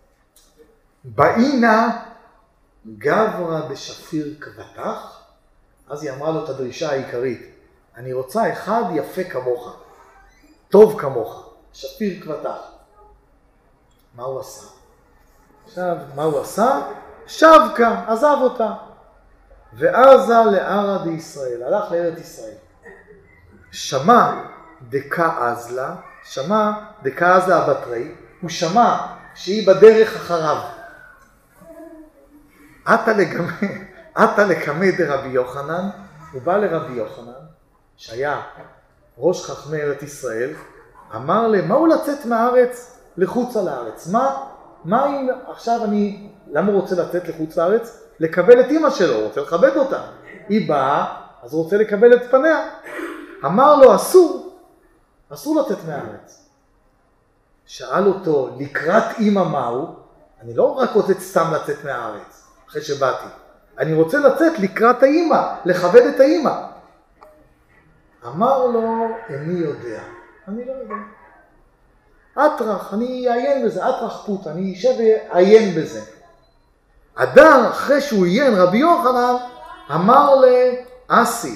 באינה גברא דשפיר כבתך, אז היא אמרה לו את הדרישה העיקרית. אני רוצה אחד יפה כמוך, טוב כמוך, שפיר כבתך. מה הוא עשה? עכשיו, מה הוא עשה? שבקה, עזב אותה. ועזה לערא דישראל, הלך לארץ ישראל. שמע דקה אזלה, שמע דקה אזלה הבטרי, הוא שמע שהיא בדרך אחריו. עתה לקמא דרבי יוחנן, הוא בא לרבי יוחנן, שהיה ראש חכמי ארץ ישראל, אמר להם, מה הוא לצאת מהארץ לחוץ על הארץ? מה אם עכשיו למה הוא רוצה לצאת לחוץ לארץ? לקבל את אמא שלו, הוא רוצה לכבד אותה. היא באה, אז הוא רוצה לקבל את פניה. אמר לו, אסור לצאת מהארץ. שאל אותו, לקראת אמא מהו? אני לא רק רוצה סתם לצאת מהארץ, אחרי שבאתי. אני רוצה לצאת לקראת האמא, לכבד את האמא. אמר לו, איני יודע. אני לא יודע. אטרח, אני אעיין בזה, אטרח פוט, אני אשב ואעיין בזה. אדם, אחרי שהוא עיין, רבי יוחנן, אמר לאסי,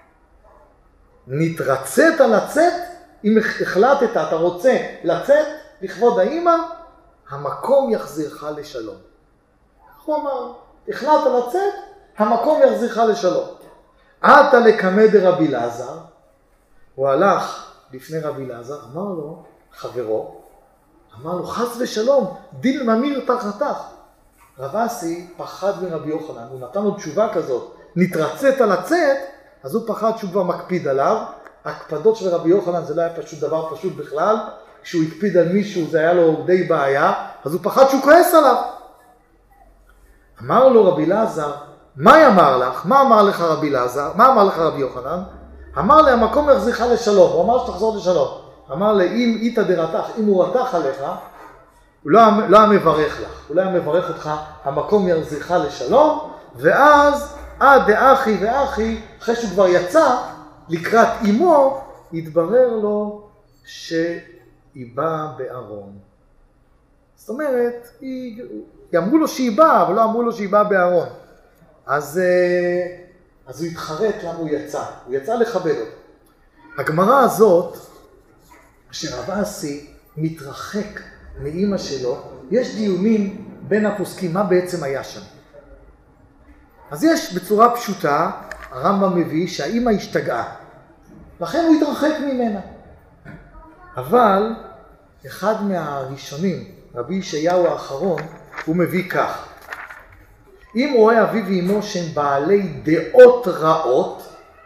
נתרצית לצאת, אם החלטת, אתה רוצה לצאת לכבוד האמא, המקום יחזירך לשלום. הוא אמר, החלטת לצאת, המקום יחזירך לשלום. עתה לקמא דרבי אלעזר, הוא הלך לפני רבי אלעזר, אמר לו, חברו, אמר לו, חס ושלום, דיל ממיר תחתך. רב אסי פחד מרבי יוחנן, הוא נתן לו תשובה כזאת, נתרצית לצאת, אז הוא פחד שהוא כבר מקפיד עליו. הקפדות של רבי יוחנן זה לא היה פשוט דבר פשוט בכלל, כשהוא הקפיד על מישהו זה היה לו די בעיה, אז הוא פחד שהוא כועס עליו. אמר לו רבי אלעזר, מה אמר לך? מה אמר לך רבי אלעזר? מה אמר לך רבי יוחנן? אמר לי, המקום יחזירך לשלום, הוא אמר שתחזור לשלום. אמר לי, אם איתא דרתך, אם הוא רתח עליך, הוא לא היה מברך לך, הוא לא היה מברך אותך, המקום יחזירך לשלום, ואז דאחי ואחי, אחרי שהוא כבר יצא לקראת אמו, התברר לו שהיא באה בארון. זאת אומרת, אמרו לו שהיא באה, אבל לא אמרו לו שהיא באה בארון. אז הוא התחרט למה הוא יצא לכבד אותו. הגמרא הזאת, שרב אסי מתרחק מאמא שלו, יש דיונים בין הפוסקים, מה בעצם היה שם. אז יש בצורה פשוטה, הרמב"ם מביא שהאמא השתגעה, לכן הוא התרחק ממנה. אבל אחד מהראשונים, רבי ישעיהו האחרון, הוא מביא כך. אם רואה אביו ואמו שהם בעלי דעות רעות,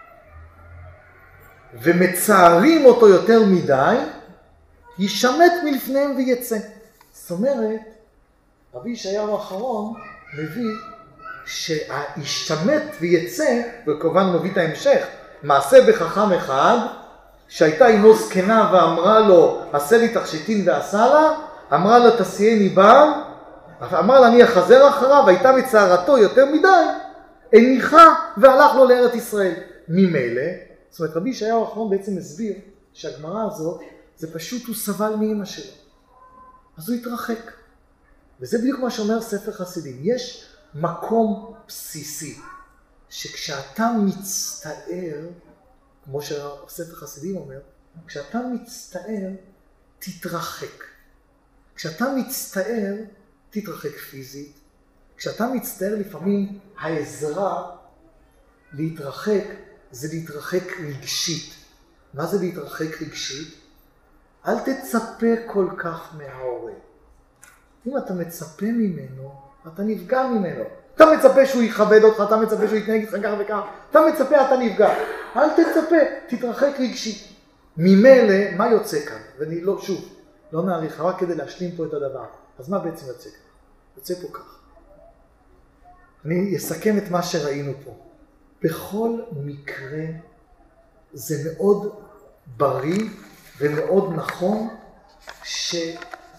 ומצערים אותו יותר מדי, ישמט מלפניהם ויצא. זאת אומרת, רבי ישעיהו האחרון מביא שהשתמט ויצא, וכמובן מביא את ההמשך, מעשה בחכם אחד, שהייתה אמו זקנה ואמרה לו, עשה לי תכשיטין ועשה לה, אמרה לה תעשייני בר, אמר לה אני אחזר אחריו, הייתה מצערתו יותר מדי, הניחה והלך לו לארץ ישראל. ממילא, זאת אומרת רבי ישעיהו האחרון בעצם הסביר שהגמרא הזאת, זה פשוט הוא סבל מאמא שלו. אז הוא התרחק. וזה בדיוק מה שאומר ספר חסידים. יש מקום בסיסי, שכשאתה מצטער, כמו שספר חסידים אומר, כשאתה מצטער, תתרחק. כשאתה מצטער, תתרחק פיזית. כשאתה מצטער לפעמים, העזרה להתרחק, זה להתרחק רגשית. מה זה להתרחק רגשית? אל תצפה כל כך מההורה. אם אתה מצפה ממנו, אתה נפגע ממנו. אתה מצפה שהוא יכבד אותך, אתה מצפה שהוא יתנהג איתך כך וכך, אתה מצפה, אתה נפגע. אל תצפה, תתרחק רגשית. ממילא, מה יוצא כאן? ואני לא נעריך, רק כדי להשלים פה את הדבר. אז מה בעצם יוצא כאן? יוצא פה כך. אני אסכם את מה שראינו פה. בכל מקרה, זה מאוד בריא ומאוד נכון שתראה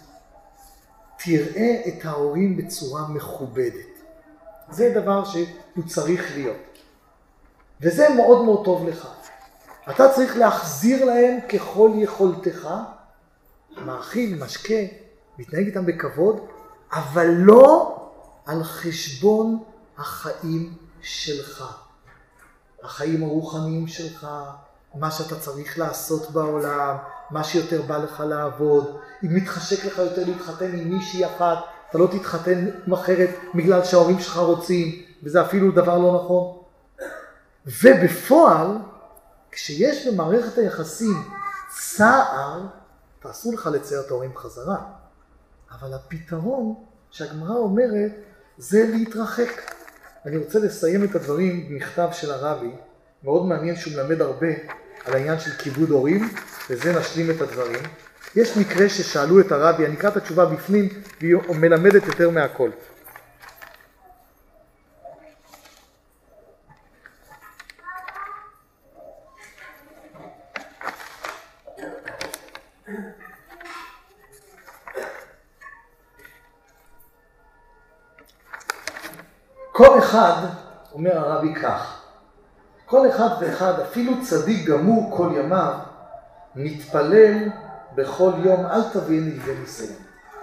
את ההורים בצורה מכובדת. זה דבר שהוא צריך להיות. וזה מאוד מאוד טוב לך. אתה צריך להחזיר להם ככל יכולתך, מאכיל, משקה, מתנהג איתם בכבוד, אבל לא על חשבון החיים שלך. החיים הרוחניים שלך, מה שאתה צריך לעשות בעולם, מה שיותר בא לך לעבוד. אם מתחשק לך יותר להתחתן עם מישהי אחת, אתה לא תתחתן עם אחרת בגלל שההורים שלך רוצים, וזה אפילו דבר לא נכון. ובפועל, כשיש במערכת היחסים צער, תעשו לך לצייר את ההורים בחזרה. אבל הפתרון שהגמרא אומרת זה להתרחק. אני רוצה לסיים את הדברים במכתב של הרבי, מאוד מעניין שהוא מלמד הרבה על העניין של כיבוד הורים, וזה נשלים את הדברים. יש מקרה ששאלו את הרבי, אני אקרא את התשובה בפנים, והיא מלמדת יותר מהכל. כל אחד, אומר הרבי כך, כל אחד ואחד, אפילו צדיק גמור כל ימיו, מתפלל בכל יום, אל תביאני לידי ניסיון.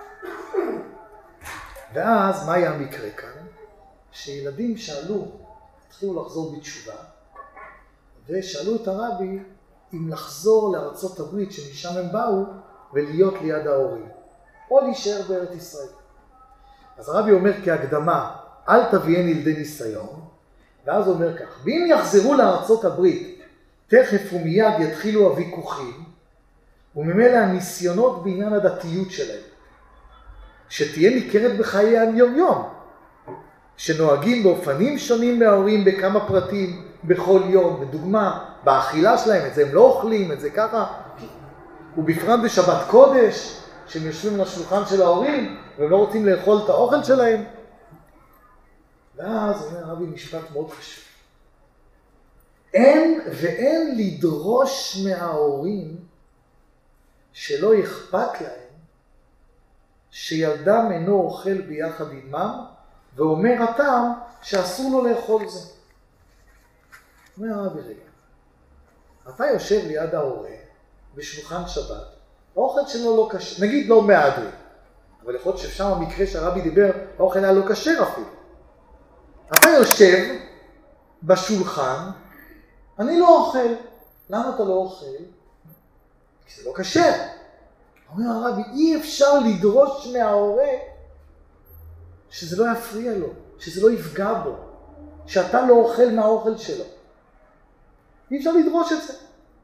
ואז מה היה המקרה כאן? שילדים התחילו לחזור בתשובה, ושאלו את הרבי אם לחזור לארצות הברית שמשם הם באו, ולהיות ליד ההורים, או להישאר בארץ ישראל. אז הרבי אומר כהקדמה, אל תביאני לידי ניסיון, ואז הוא אומר כך, ואם יחזרו לארצות הברית, תכף ומיד יתחילו הוויכוחים, וממילא הניסיונות בעניין הדתיות שלהם, שתהיה ניכרת בחיי היום-יום, שנוהגים באופנים שונים מההורים בכמה פרטים בכל יום, בדוגמה, באכילה שלהם, את זה הם לא אוכלים, את זה ככה, ובפרט בשבת קודש, שהם יושבים על השולחן של ההורים, והם לא רוצים לאכול את האוכל שלהם. ואז אומר הרבי משפט מאוד חשוב. אין לדרוש מההורים שלא אכפת להם שילדם אינו אוכל ביחד עמם, ואומר הטעם שאסור לו לאכול זה. אומר הרבי רגע, אתה יושב ליד ההורה בשולחן שבת, האוכל שלו לא קשה, נגיד לא מהדרי, אבל יכול להיות ששם המקרה שהרבי דיבר, האוכל היה לא קשר אפילו. אתה יושב בשולחן, אני לא אוכל. למה אתה לא אוכל? כי זה לא קשר. אומר הרבי, אי אפשר לדרוש מההורה שזה לא יפריע לו, שזה לא יפגע בו, שאתה לא אוכל מהאוכל שלו. אי אפשר לדרוש את זה.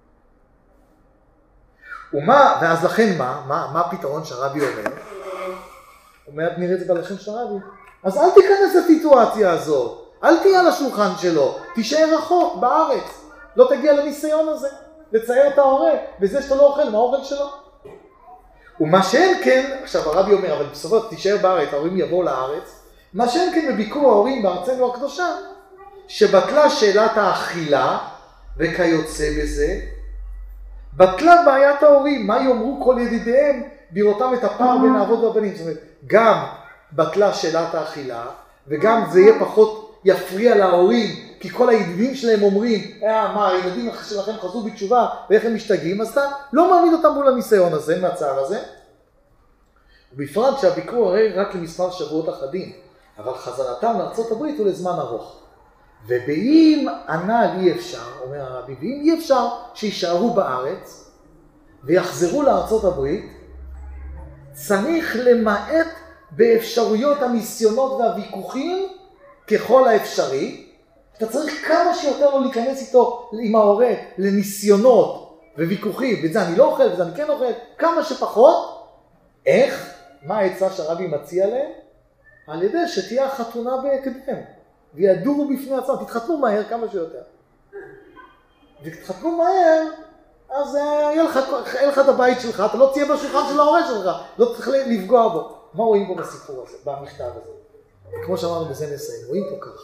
ואז לכן מה הפתרון שהרבי אומר? אומר, נראה את זה בלשון של הרבי. אז אל תיכנס לסיטואציה הזאת, אל תהיה על השולחן שלו, תישאר רחוק בארץ, לא תגיע לניסיון הזה, לצייר את ההורה, בזה שאתה לא אוכל מהאוכל שלו. ומה שאין כן, עכשיו הרבי אומר, אבל בסופו תישאר בארץ, ההורים יבואו לארץ, מה שאין כן בביקור ההורים בארצנו הקדושה, שבטלה שאלת האכילה וכיוצא בזה, בטלה בעיית ההורים, מה יאמרו כל ידידיהם בראותם את הפער בין האבות והבנים. זאת אומרת, גם בטלה שאלת האכילה, וגם זה יהיה פחות יפריע להורים, כי כל הידידים שלהם אומרים, מה, הילדים שלכם חזרו בתשובה, ואיך הם משתגעים, אז אתה לא מעמיד אותם מול הניסיון הזה, מהצער הזה. ובפרט שהביקור הרי רק למספר שבועות אחדים, אבל חזרתם לארצות הברית הוא לזמן ארוך. ובאם ענה אי אפשר, אומר הרבי, ואם אי אפשר שישארו בארץ, ויחזרו לארצות הברית, צריך למעט באפשרויות הניסיונות והוויכוחים ככל האפשרי. אתה צריך כמה שיותר לא להיכנס איתו, עם ההורה, לניסיונות וויכוחים, ואת זה אני לא אוכל, ואת זה אני כן אוכל, כמה שפחות. איך? מה העצה שהרבי מציע להם? על ידי שתהיה החתונה בהקדם, וידורו בפני עצמם, תתחתנו מהר כמה שיותר. ותתחתנו מהר, אז יהיה לך את הבית שלך, אתה לא תהיה בשולחן של ההורה שלך, לא צריך לפגוע בו. מה רואים פה בסיפור הזה, במכתב הזה? כמו שאמרנו בזה נסיים, רואים פה כך.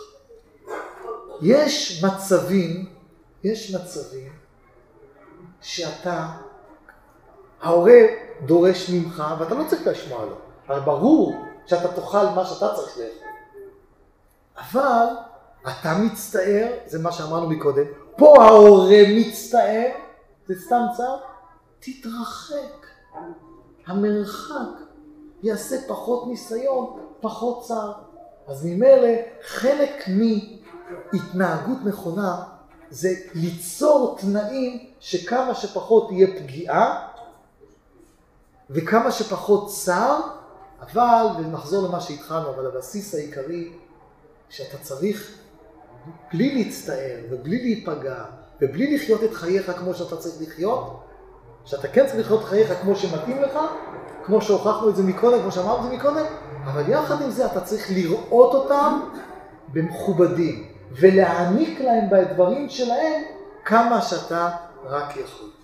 יש מצבים שאתה, ההורה דורש ממך, ואתה לא צריך לשמוע לו. הרי ברור שאתה תאכל מה שאתה צריך לאכול. אבל אתה מצטער, זה מה שאמרנו מקודם, פה ההורה מצטער, זה סתם צער, תתרחק. המרחק יעשה פחות ניסיון, פחות צער. אז ממילא חלק מהתנהגות נכונה זה ליצור תנאים שכמה שפחות תהיה פגיעה וכמה שפחות צער, אבל, ונחזור למה שהתחלנו, אבל הבסיס העיקרי שאתה צריך, בלי להצטער ובלי להיפגע ובלי לחיות את חייך כמו שאתה צריך לחיות, שאתה כן צריך לחיות את חייך כמו שמתאים לך, כמו שהוכחנו את זה מקודם, כמו שאמרנו את זה מקודם, אבל יחד עם זה אתה צריך לראות אותם במכובדים ולהעניק להם בדברים שלהם כמה שאתה רק יכול.